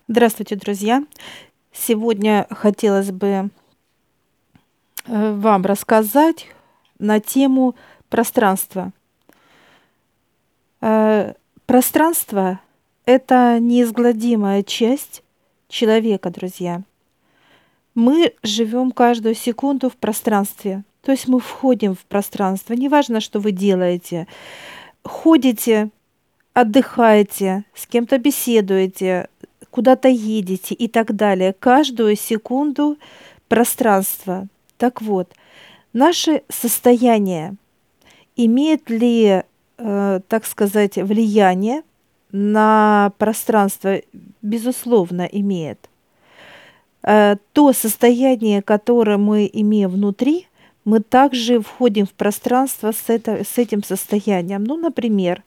Здравствуйте, друзья! Сегодня хотелось бы вам рассказать на тему пространства. Э, Пространство– это неизгладимая часть человека, друзья. Мы живем каждую секунду в пространстве, то есть мы входим в пространство. Неважно, что вы делаете. Ходите, отдыхаете, с кем-то беседуете, куда-то едете и так далее. Каждую секунду пространство. Так вот, наше состояние имеет ли, так сказать, влияние на пространство? Безусловно, имеет. То состояние, которое мы имеем внутри, мы также входим в пространство с этим состоянием. Ну, например,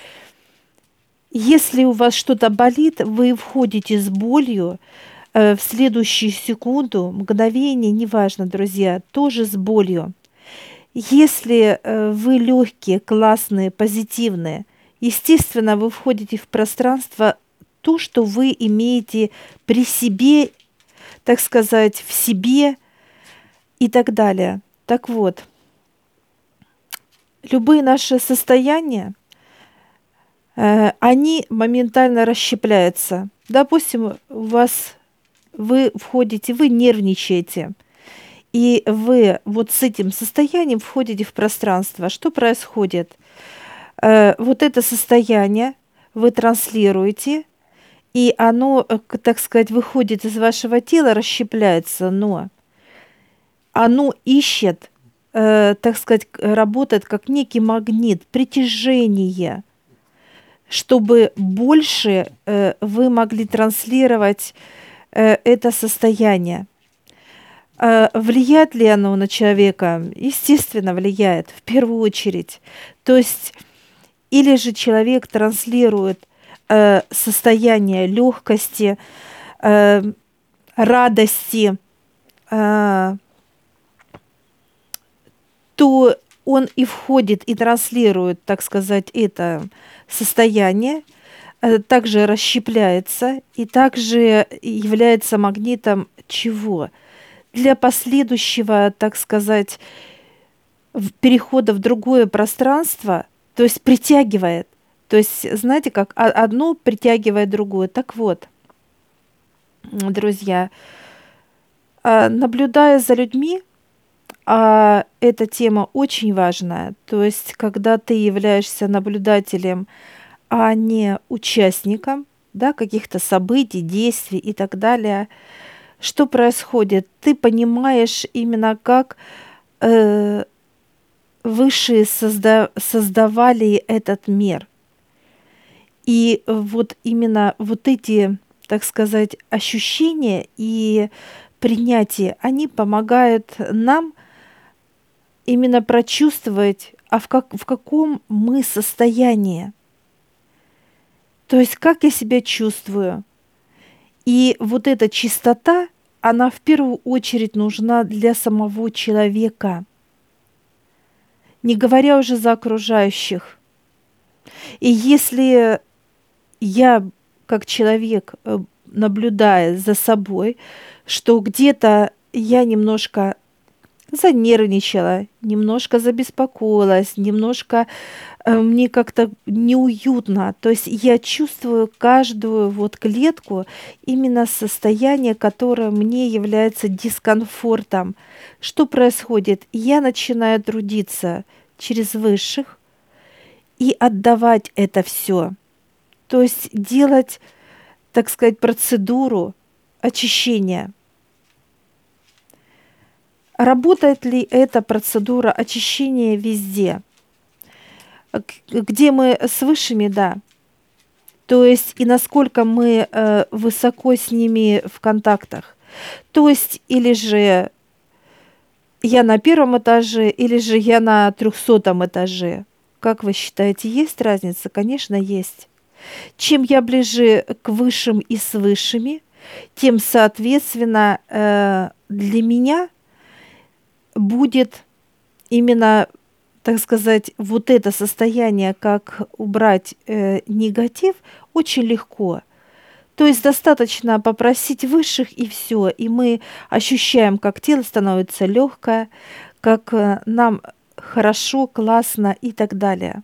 если у вас что-то болит, вы входите с болью, в следующую секунду, мгновение, неважно, друзья, тоже с болью. Если вы легкие, классные, позитивные, естественно, вы входите в пространство, то, что вы имеете при себе, так сказать, в себе и так далее. Так вот, любые наши состояния, они моментально расщепляются. Допустим, вы входите, вы нервничаете, и вы вот с этим состоянием входите в пространство. Что происходит? Вот это состояние вы транслируете, и оно, так сказать, выходит из вашего тела, расщепляется, но оно ищет, так сказать, работает как некий магнит, притяжение, чтобы больше вы могли транслировать это состояние. Влияет ли оно на человека? Естественно, влияет, в первую очередь. То есть, или же человек транслирует состояние легкости, радости, то он и входит, и транслирует, так сказать, это состояние, также расщепляется и также является магнитом чего? Для последующего, так сказать, перехода в другое пространство, то есть притягивает. То есть, знаете, как одно притягивает другое. Так вот, друзья, наблюдая за людьми, эта тема очень важная. То есть, когда ты являешься наблюдателем, а не участником, да, каких-то событий, действий и так далее, что происходит? Ты понимаешь именно, как высшие создавали этот мир. И вот именно вот эти, так сказать, ощущения и принятие, они помогают нам именно прочувствовать, в каком мы состоянии. То есть как я себя чувствую. И вот эта чистота, она в первую очередь нужна для самого человека, не говоря уже за окружающих. И если я, как человек, наблюдая за собой, что где-то я немножко занервничала, немножко забеспокоилась, немножко мне как-то неуютно. То есть я чувствую каждую вот клетку именно состояние, которое мне является дискомфортом. Что происходит? Я начинаю трудиться через высших и отдавать это все. То есть делать, так сказать, процедуру очищения. Работает ли эта процедура очищения везде? Где мы с высшими, да. То есть и насколько мы высоко с ними в контактах. То есть или же я на первом этаже, или же я на 300-м этаже. Как вы считаете, есть разница? Конечно, есть. Чем я ближе к высшим и с высшими, тем, соответственно, для меня будет именно, так сказать, вот это состояние, как убрать негатив, очень легко. То есть достаточно попросить высших, и все. И мы ощущаем, как тело становится легкое, как нам хорошо, классно и так далее.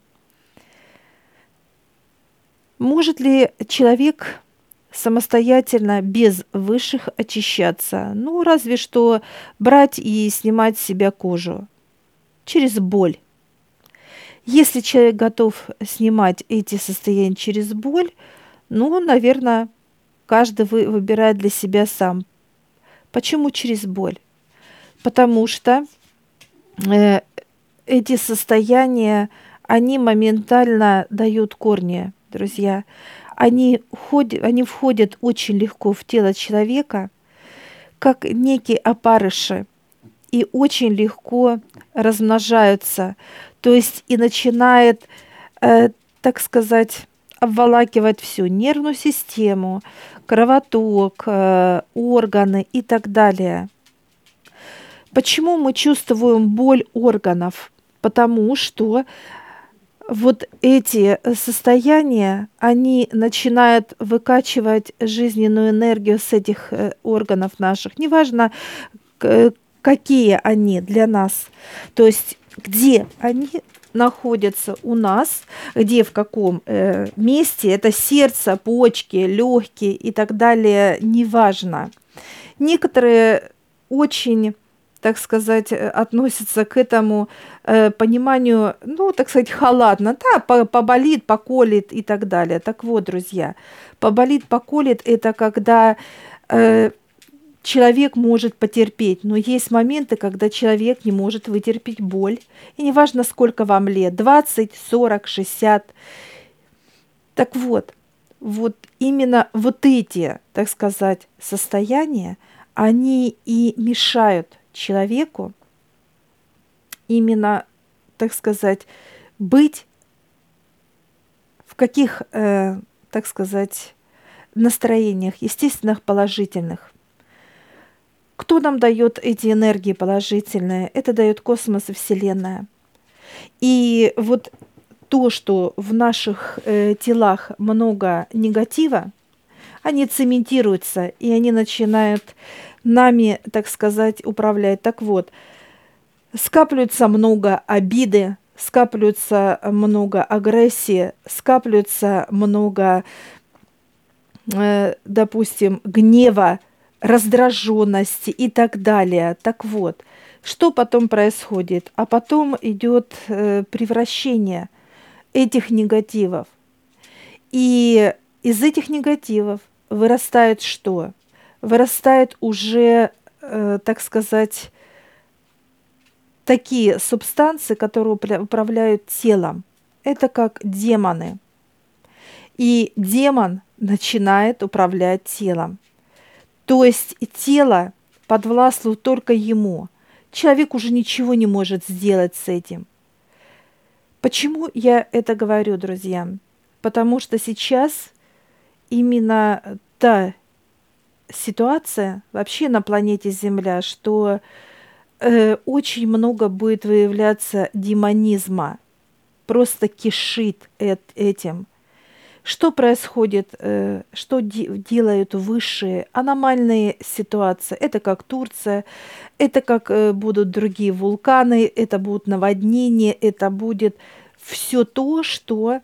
Может ли человек самостоятельно, без высших, очищаться? Ну, разве что брать и снимать с себя кожу через боль. Если человек готов снимать эти состояния через боль, ну, наверное, каждый выбирает для себя сам. Почему через боль? Потому что э, эти состояния, они моментально дают корни, друзья. Они входят очень легко в тело человека, как некие опарыши, и очень легко размножаются. То есть и начинает, так сказать, обволакивать всю нервную систему, кровоток, органы и так далее. Почему мы чувствуем боль органов? Потому что вот эти состояния, они начинают выкачивать жизненную энергию с этих органов наших. Неважно, какие они для нас. То есть где они находятся у нас, где, в каком месте, это сердце, почки, легкие и так далее, неважно. Некоторые очень, так сказать, относятся к этому пониманию, ну, так сказать, халатно, да, поболит, поколет и так далее. Так вот, друзья, поболит, поколет – это когда человек может потерпеть, но есть моменты, когда человек не может вытерпеть боль. И неважно, сколько вам лет, 20, 40, 60. Так вот, вот именно вот эти, так сказать, состояния, они и мешают человеку именно, так сказать, быть в каких, так сказать, настроениях, естественных, положительных. Кто нам дает эти энергии положительные? Это дает космос и Вселенная. И вот то, что в наших телах много негатива, они цементируются, и они начинают нами, так сказать, управлять. Так вот, скапливается много обиды, скапливается много агрессии, скапливается много, допустим, гнева, раздраженности и так далее. Так вот, что потом происходит? А потом идет превращение этих негативов. И из этих негативов вырастает что? Вырастает уже, так сказать, такие субстанции, которые управляют телом. Это как демоны. И демон начинает управлять телом. То есть тело подвластно только ему. Человек уже ничего не может сделать с этим. Почему я это говорю, друзья? Потому что сейчас именно та ситуация вообще на планете Земля, что очень много будет выявляться демонизма, просто кишит этим. Что происходит, что делают высшие аномальные ситуации? Это как Турция, это как будут другие вулканы, это будут наводнения, это будет все то, что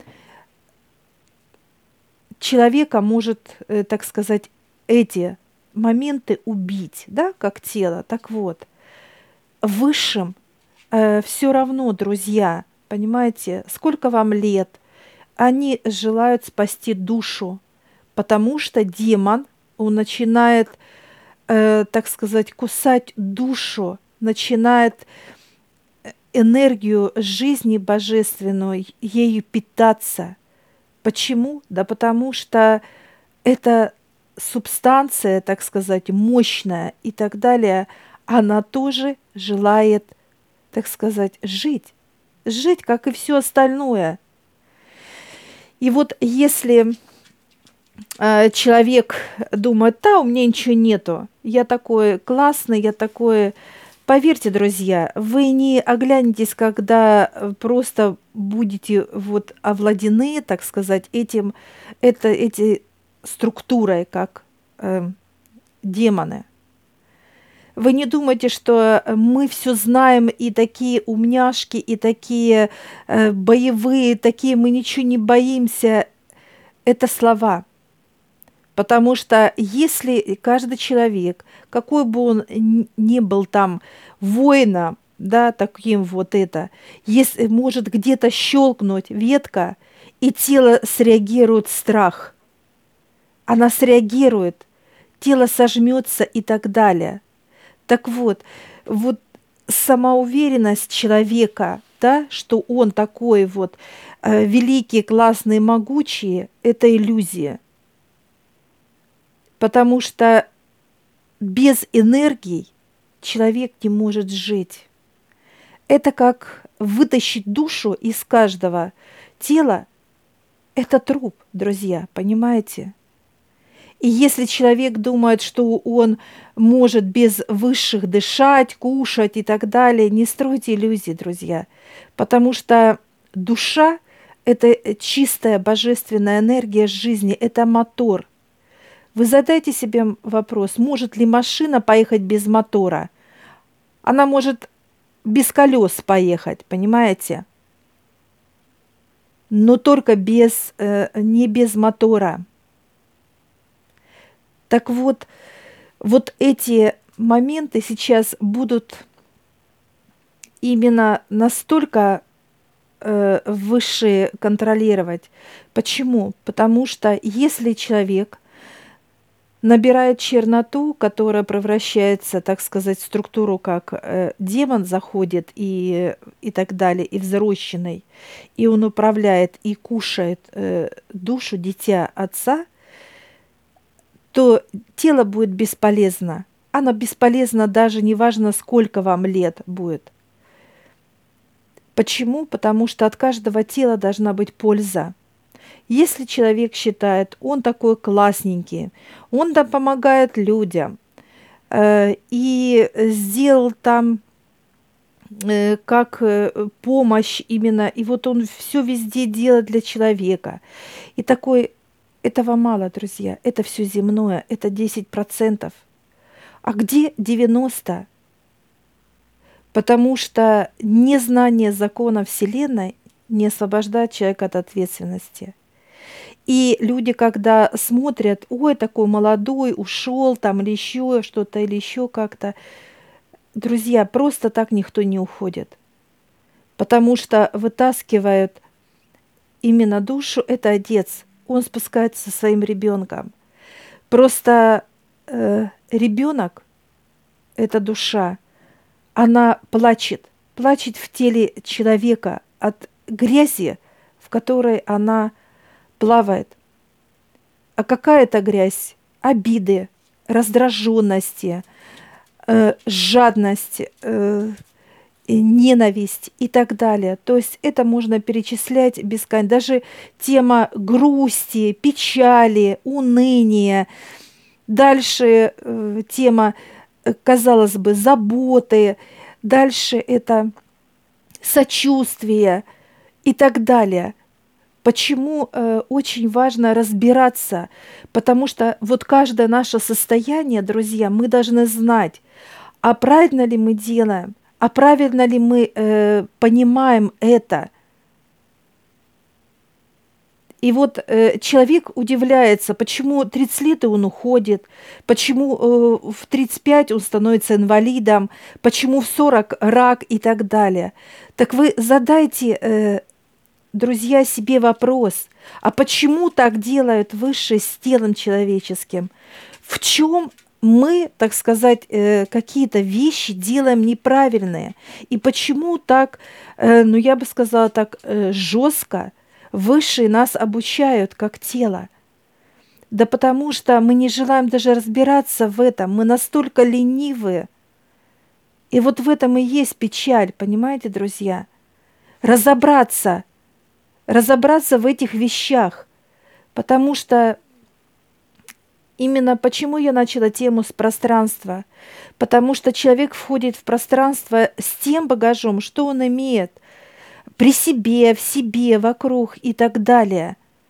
человека может, так сказать, эти моменты убить, да, как тело. Так вот, высшим все равно, друзья, понимаете, сколько вам лет, они желают спасти душу, потому что демон, он начинает, так сказать, кусать душу, начинает энергию жизни божественной, ею питаться. Почему? Да потому что эта субстанция, так сказать, мощная и так далее, она тоже желает, так сказать, жить. Жить, как и все остальное. И вот если человек думает, да, у меня ничего нету, я такой классный, я такой... Поверьте, друзья, вы не оглянетесь, когда просто будете вот овладены, так сказать, эти структурой, как демоны. Вы не думайте, что мы все знаем и такие умняшки, и такие боевые, такие мы ничего не боимся. Это слова. Потому что если каждый человек, какой бы он ни был там воином, да, таким вот это, если может где-то щелкнуть ветка, и тело среагирует страх, она среагирует, тело сожмется и так далее. Так вот, вот самоуверенность человека, да, что он такой вот великий, классный, могучий, это иллюзия. Потому что без энергии человек не может жить. Это как вытащить душу из каждого тела. Это труп, друзья, понимаете? И если человек думает, что он может без высших дышать, кушать и так далее, не стройте иллюзий, друзья. Потому что душа – это чистая божественная энергия жизни, это мотор. Вы задайте себе вопрос, может ли машина поехать без мотора? Она может без колес поехать, понимаете? Но только не без мотора. Так вот, вот эти моменты сейчас будут именно настолько высшие контролировать. Почему? Потому что если человек набирает черноту, которая превращается, так сказать, в структуру, как демон заходит и так далее, и взрощенный, и он управляет и кушает душу, дитя отца, то тело будет бесполезно. Оно бесполезно даже неважно, сколько вам лет будет. Почему? Потому что от каждого тела должна быть польза. Если человек считает, он такой классненький, он там помогает людям, и сделал там как помощь именно, и вот он все везде делает для человека. И такой, этого мало, друзья, это все земное, это 10%. А где 90%? Потому что незнание закона Вселенной не освобождает человека от ответственности. И люди, когда смотрят, ой, такой молодой, ушел там или еще что-то, или еще как-то, друзья, просто так никто не уходит. Потому что вытаскивают именно душу, это отец. Он спускается со своим ребенком. Просто ребенок, эта душа, она плачет в теле человека от грязи, в которой она плавает. А какая это грязь? Обиды, раздраженности, жадность, ненависть и так далее. То есть это можно перечислять бесконечно. Даже тема грусти, печали, уныния. Дальше тема, казалось бы, заботы. Дальше это сочувствие и так далее. Почему очень важно разбираться? Потому что вот каждое наше состояние, друзья, мы должны знать, а правильно ли мы делаем, а правильно ли мы понимаем это. И вот человек удивляется, почему 30 лет он уходит, почему в 35 он становится инвалидом, почему в 40 рак и так далее. Так вы задайте, друзья, себе вопрос, а почему так делают высшие с телом человеческим? В чем мы, так сказать, какие-то вещи делаем неправильные? И почему так, ну я бы сказала так, жестко высшие нас обучают как тело? Да потому что мы не желаем даже разбираться в этом, мы настолько ленивые. И вот в этом и есть печаль, понимаете, друзья? Разобраться в этих вещах, потому что именно почему я начала тему с пространства, потому что человек входит в пространство с тем багажом, что он имеет при себе, в себе, вокруг и так далее.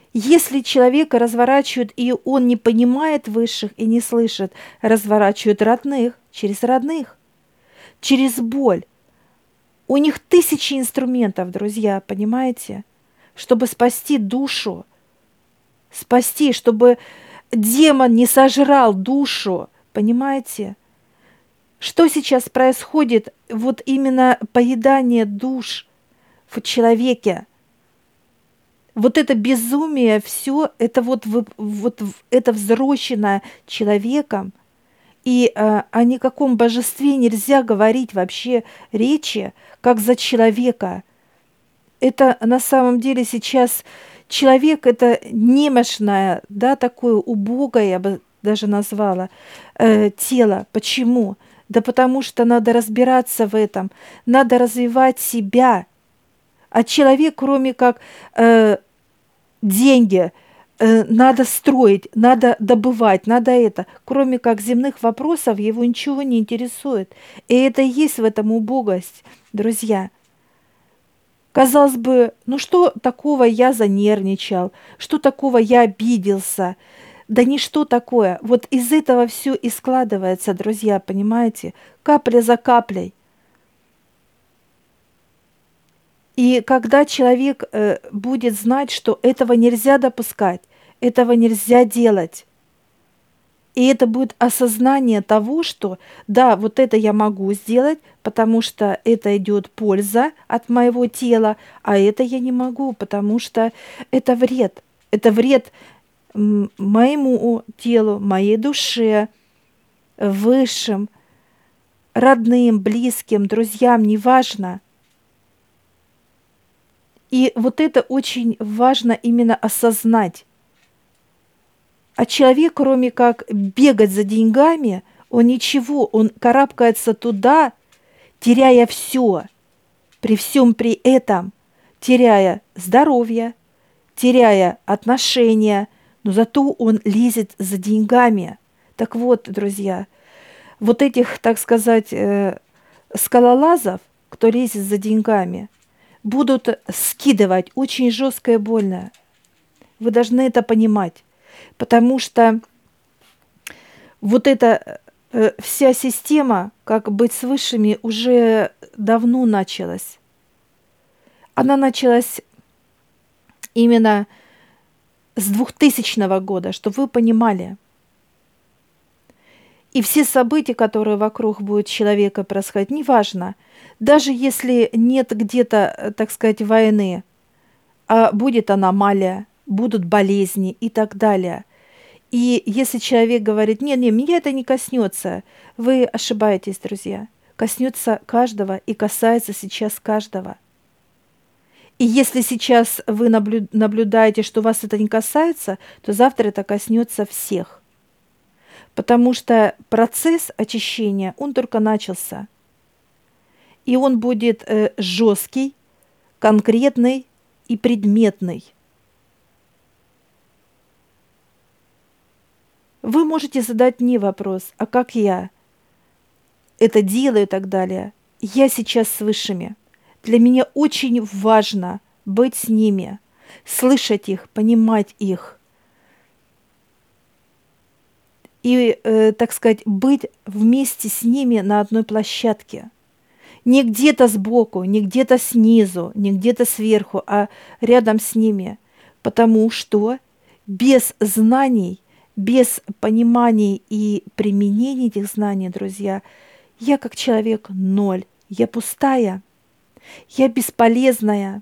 Если человека разворачивают, и он не понимает высших и не слышит, разворачивают родных, через боль. У них тысячи инструментов, друзья, понимаете? Чтобы спасти душу, спасти, чтобы демон не сожрал душу, понимаете? Что сейчас происходит? Вот именно поедание душ в человеке. Вот это безумие, все это это взрощено человеком. И о никаком божестве нельзя говорить вообще речи, как за человека. Это на самом деле сейчас человек, это немощное, да, такое убогое, я бы даже назвала, тело. Почему? Да потому что надо разбираться в этом, надо развивать себя. А человек, кроме как деньги, надо строить, надо добывать, надо это. Кроме как земных вопросов его ничего не интересует. И это и есть в этом убогость, друзья. Казалось бы, ну что такого я занервничал, что такого я обиделся? Да ничто такое. Вот из этого все и складывается, друзья, понимаете? Капля за каплей. И когда человек будет знать, что этого нельзя допускать, этого нельзя делать, и это будет осознание того, что да, вот это я могу сделать, потому что это идет польза от моего тела, а это я не могу, потому что это вред. Это вред моему телу, моей душе, высшим, родным, близким, друзьям, неважно. И вот это очень важно именно осознать. А человек, кроме как бегать за деньгами, он ничего, он карабкается туда, теряя все, при всем при этом, теряя здоровье, теряя отношения, но зато он лезет за деньгами. Так вот, друзья, вот этих, так сказать, скалолазов, кто лезет за деньгами, будут скидывать очень жестко и больно. Вы должны это понимать. Потому что вот эта вся система, как быть с высшими, уже давно началась. Она началась именно с 2000 года, чтобы вы понимали. И все события, которые вокруг будут человека происходить, неважно, даже если нет где-то, так сказать, войны, а будет аномалия, будут болезни и так далее. И если человек говорит, нет, меня это не коснется, вы ошибаетесь, друзья. Коснется каждого и касается сейчас каждого. И если сейчас вы наблюдаете, что вас это не касается, то завтра это коснется всех. Потому что процесс очищения, он только начался. И он будет жесткий, конкретный и предметный. Вы можете задать мне вопрос, а как я это делаю и так далее. Я сейчас с высшими. Для меня очень важно быть с ними, слышать их, понимать их. И, так сказать, быть вместе с ними на одной площадке. Не где-то сбоку, не где-то снизу, не где-то сверху, а рядом с ними. Потому что без знаний, без понимания и применения этих знаний, друзья, я как человек ноль, я пустая, я бесполезная.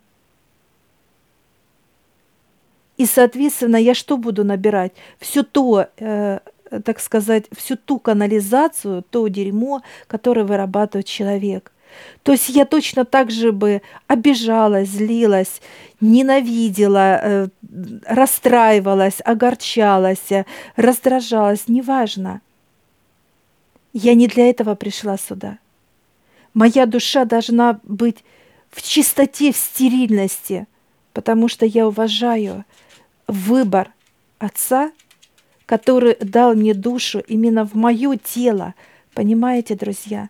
И, соответственно, я что буду набирать? Все то, так сказать, всю ту канализацию, то дерьмо, которое вырабатывает человек. То есть я точно так же бы обижалась, злилась, ненавидела, расстраивалась, огорчалась, раздражалась, неважно. Я не для этого пришла сюда. Моя душа должна быть в чистоте, в стерильности, потому что я уважаю выбор Отца, который дал мне душу именно в мое тело. Понимаете, друзья?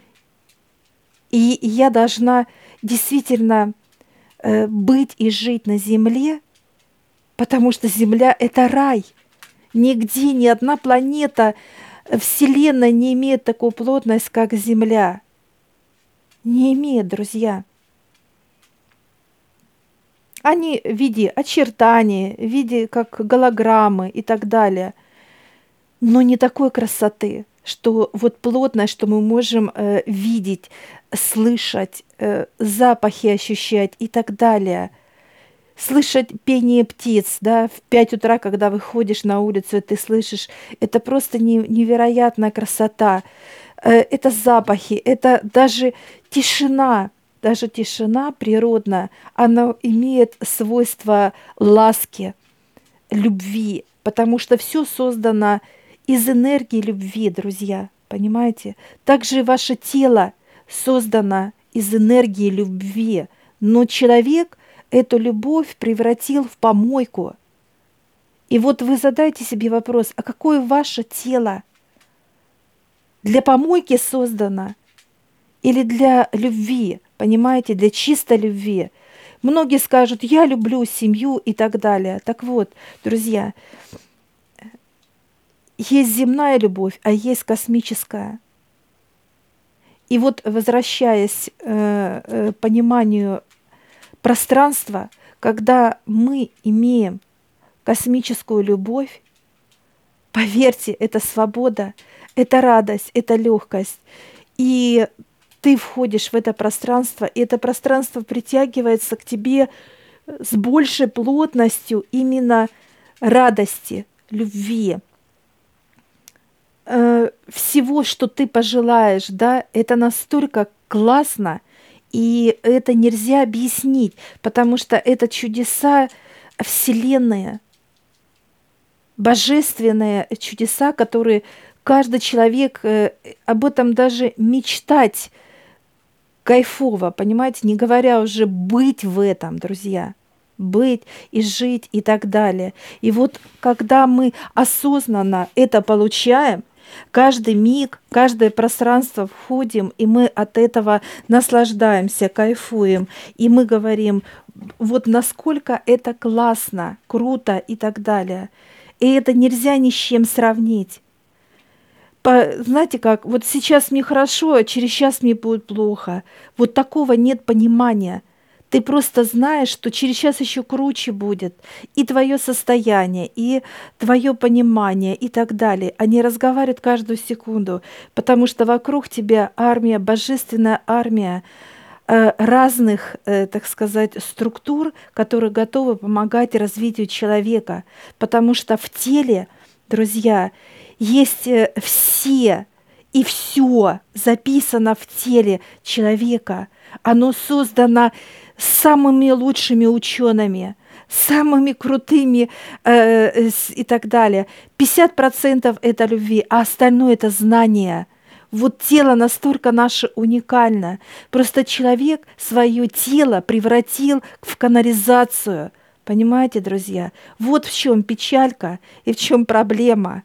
И я должна действительно быть и жить на земле, потому что Земля – это рай. Нигде ни одна планета Вселенной не имеет такую плотность, как Земля. Не имеет, друзья. Они в виде очертаний, в виде как голограммы и так далее. Но не такой красоты, что вот плотность, что мы можем видеть, слышать, запахи ощущать и так далее. Слышать пение птиц, да, в 5 утра, когда выходишь на улицу, и ты слышишь, это просто невероятная красота. Это запахи, это даже тишина природная, она имеет свойство ласки, любви, потому что все создано из энергии любви, друзья, понимаете? Также ваше тело создано из энергии любви, но человек эту любовь превратил в помойку. И вот вы задайте себе вопрос, а какое ваше тело? Для помойки создано или для любви, понимаете, для чистой любви? Многие скажут, я люблю семью и так далее. Так вот, друзья, есть земная любовь, а есть космическая. И вот возвращаясь к пониманию пространства, когда мы имеем космическую любовь, поверьте, это свобода, это радость, это легкость. И ты входишь в это пространство, и это пространство притягивается к тебе с большей плотностью именно радости, любви. Всего, что ты пожелаешь, да, это настолько классно, и это нельзя объяснить, потому что это чудеса Вселенной, божественные чудеса, которые каждый человек об этом даже мечтать кайфово, понимаете, не говоря уже быть в этом, друзья, быть и жить и так далее. И вот когда мы осознанно это получаем, каждый миг, каждое пространство входим, и мы от этого наслаждаемся, кайфуем, и мы говорим, вот насколько это классно, круто и так далее. И это нельзя ни с чем сравнить. Знаете как, вот сейчас мне хорошо, а через час мне будет плохо. Вот такого нет понимания. Ты просто знаешь, что через час еще круче будет. И твое состояние, и твое понимание, и так далее. Они разговаривают каждую секунду, потому что вокруг тебя армия, божественная армия разных, так сказать, структур, которые готовы помогать развитию человека. Потому что в теле, друзья, есть все и все записано в теле человека. Оно создано самыми лучшими учеными, самыми крутыми и так далее. 50% это любви, а остальное это знание. Вот тело настолько наше уникально. Просто человек свое тело превратил в канализацию. Понимаете, друзья? Вот в чем печалька и в чем проблема.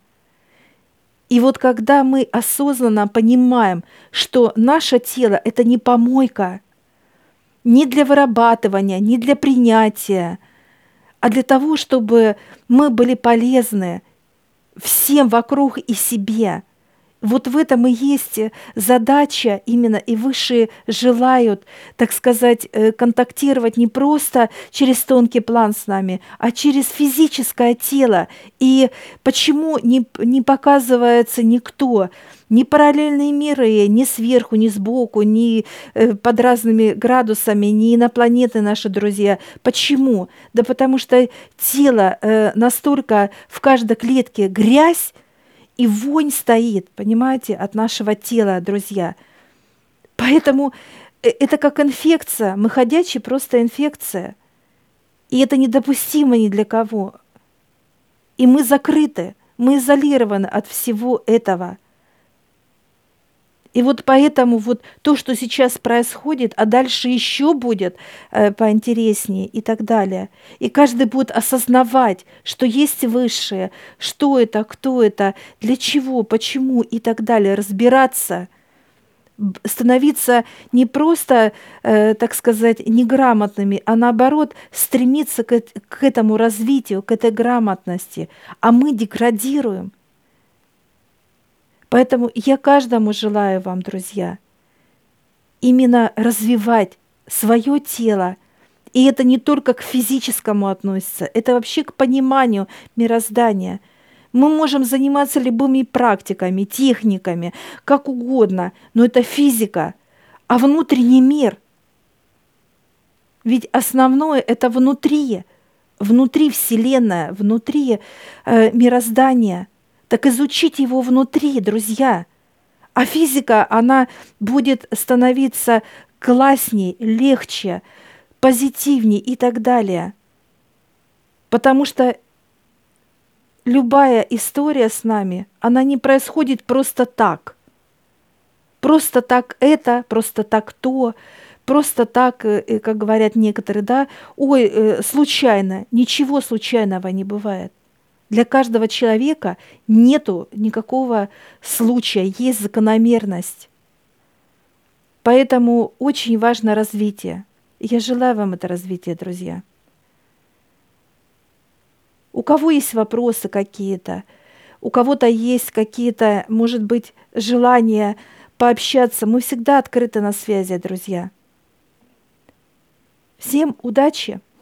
И вот когда мы осознанно понимаем, что наше тело – это не помойка, не для вырабатывания, не для принятия, а для того, чтобы мы были полезны всем вокруг и себе. Вот в этом и есть задача именно, и высшие желают, так сказать, контактировать не просто через тонкий план с нами, а через физическое тело. И почему не показывается никто, ни параллельные миры, ни сверху, ни сбоку, ни под разными градусами, ни инопланеты наши друзья. Почему? Да потому что тело настолько в каждой клетке грязь, и вонь стоит, понимаете, от нашего тела, друзья. Поэтому это как инфекция. Мы ходячие просто инфекция. И это недопустимо ни для кого. И мы закрыты, мы изолированы от всего этого. И вот поэтому вот то, что сейчас происходит, а дальше еще будет поинтереснее и так далее. И каждый будет осознавать, что есть высшее, что это, кто это, для чего, почему и так далее, разбираться становиться не просто, так сказать, неграмотными, а наоборот стремиться к этому развитию, к этой грамотности, а мы деградируем. Поэтому я каждому желаю вам, друзья, именно развивать свое тело. И это не только к физическому относится, это вообще к пониманию мироздания. Мы можем заниматься любыми практиками, техниками, как угодно, но это физика, а внутренний мир. Ведь основное это внутри Вселенная, внутри мироздания. Так изучите его внутри, друзья. А физика, она будет становиться классней, легче, позитивней и так далее. Потому что любая история с нами, она не происходит просто так. Просто так это, просто так то, просто так, как говорят некоторые, да, случайно. Ничего случайного не бывает. Для каждого человека нету никакого случая, есть закономерность. Поэтому очень важно развитие. Я желаю вам это развитие, друзья. У кого есть вопросы какие-то, у кого-то есть какие-то, может быть, желания пообщаться, мы всегда открыты на связи, друзья. Всем удачи!